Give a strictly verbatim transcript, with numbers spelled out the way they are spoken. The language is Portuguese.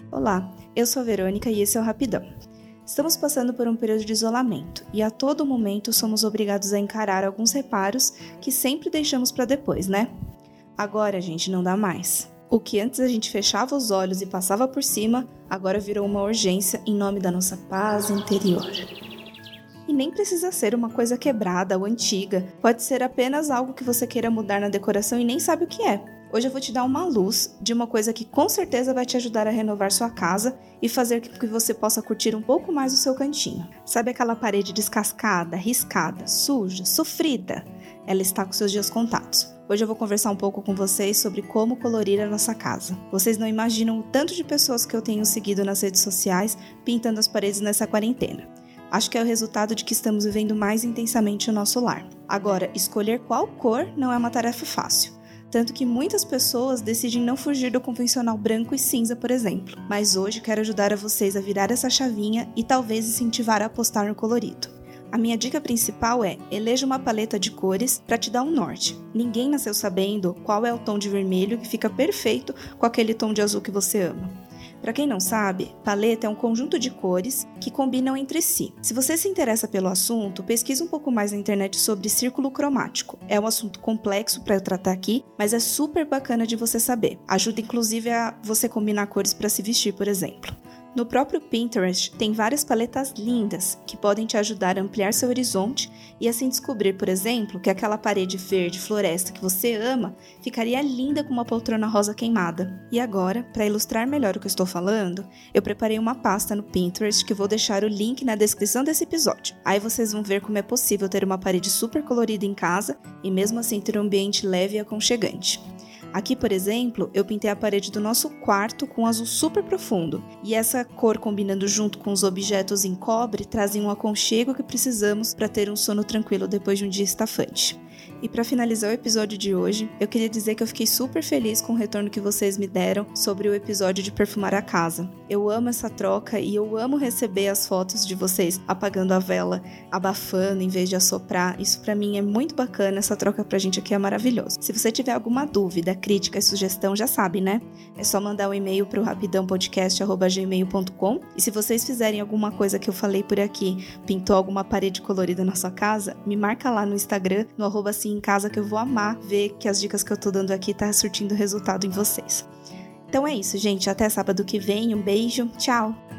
Olá, eu sou a Verônica e esse é o Rapidão. Estamos passando por um período de isolamento e a todo momento somos obrigados a encarar alguns reparos que sempre deixamos para depois, né? Agora, gente, não dá mais. O que antes a gente fechava os olhos e passava por cima, agora virou uma urgência em nome da nossa paz interior. E nem precisa ser uma coisa quebrada ou antiga, pode ser apenas algo que você queira mudar na decoração e nem sabe o que é. Hoje eu vou te dar uma luz de uma coisa que com certeza vai te ajudar a renovar sua casa e fazer com que você possa curtir um pouco mais o seu cantinho. Sabe aquela parede descascada, riscada, suja, sofrida? Ela está com seus dias contados. Hoje eu vou conversar um pouco com vocês sobre como colorir a nossa casa. Vocês não imaginam o tanto de pessoas que eu tenho seguido nas redes sociais pintando as paredes nessa quarentena. Acho que é o resultado de que estamos vivendo mais intensamente o nosso lar. Agora, escolher qual cor não é uma tarefa fácil. Tanto que muitas pessoas decidem não fugir do convencional branco e cinza, por exemplo. Mas hoje quero ajudar a vocês a virar essa chavinha e talvez incentivar a apostar no colorido. A minha dica principal é, eleja uma paleta de cores para te dar um norte. Ninguém nasceu sabendo qual é o tom de vermelho que fica perfeito com aquele tom de azul que você ama. Para quem não sabe, paleta é um conjunto de cores que combinam entre si. Se você se interessa pelo assunto, pesquise um pouco mais na internet sobre círculo cromático. É um assunto complexo para eu tratar aqui, mas é super bacana de você saber. Ajuda inclusive a você combinar cores para se vestir, por exemplo. No próprio Pinterest tem várias paletas lindas que podem te ajudar a ampliar seu horizonte e assim descobrir, por exemplo, que aquela parede verde floresta que você ama ficaria linda com uma poltrona rosa queimada. E agora, para ilustrar melhor o que eu estou falando, eu preparei uma pasta no Pinterest que vou deixar o link na descrição desse episódio. Aí vocês vão ver como é possível ter uma parede super colorida em casa e mesmo assim ter um ambiente leve e aconchegante. Aqui, por exemplo, eu pintei a parede do nosso quarto com azul super profundo, e essa cor combinando junto com os objetos em cobre trazem um aconchego que precisamos para ter um sono tranquilo depois de um dia estafante. E para finalizar o episódio de hoje, eu queria dizer que eu fiquei super feliz com o retorno que vocês me deram sobre o episódio de perfumar a casa. Eu amo essa troca e eu amo receber as fotos de vocês apagando a vela, abafando em vez de assoprar. Isso para mim é muito bacana, essa troca pra gente aqui é maravilhoso. Se você tiver alguma dúvida, crítica e sugestão, já sabe, né? É só mandar um e-mail pro rapidão podcast arroba gmail ponto com. E se vocês fizerem alguma coisa que eu falei por aqui, pintou alguma parede colorida na sua casa, me marca lá no Instagram, no arroba assim em casa, que eu vou amar ver que as dicas que eu tô dando aqui tá surtindo resultado em vocês. Então é isso, gente. Até sábado que vem. Um beijo. Tchau!